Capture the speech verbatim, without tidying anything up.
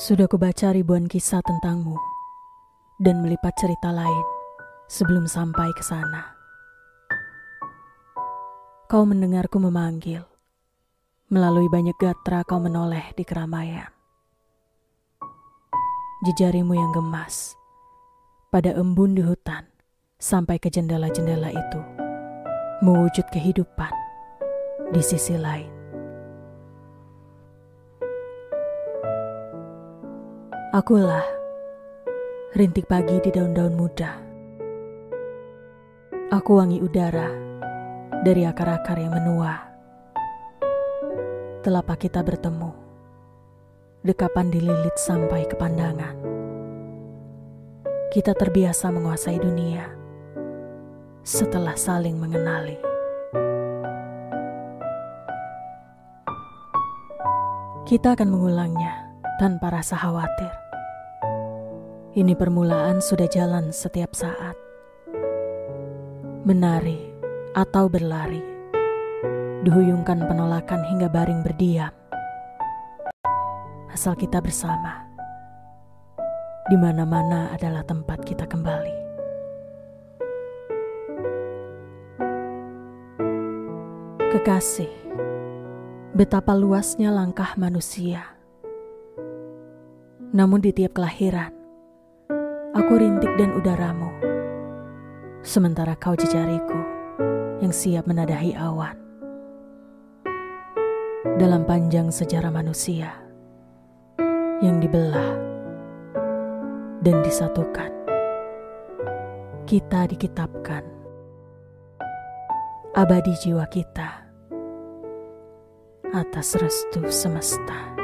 Sudah kubaca ribuan kisah tentangmu dan melipat cerita lain sebelum sampai ke sana. Kau mendengarku memanggil, melalui banyak gatra kau menoleh di keramaian. Jejarimu yang gemas, pada embun di hutan sampai ke jendela-jendela itu, mewujud kehidupan di sisi lain. Akulah rintik pagi di daun-daun muda. Aku wangi udara dari akar-akar yang menua. Telapak kita bertemu, dekapan dililit sampai ke pandangan. Kita terbiasa menguasai dunia setelah saling mengenali. Kita akan mengulangnya tanpa rasa khawatir. Ini permulaan sudah jalan setiap saat. Menari atau berlari, dihuyungkan penolakan hingga baring berdiam. Asal kita bersama, di mana-mana adalah tempat kita kembali. Kekasih, betapa luasnya langkah manusia. Namun di tiap kelahiran, aku rintik dan udaramu, sementara kau jejariku yang siap menadahi awan. Dalam panjang sejarah manusia yang dibelah dan disatukan, kita dikitabkan, abadi jiwa kita atas restu semesta.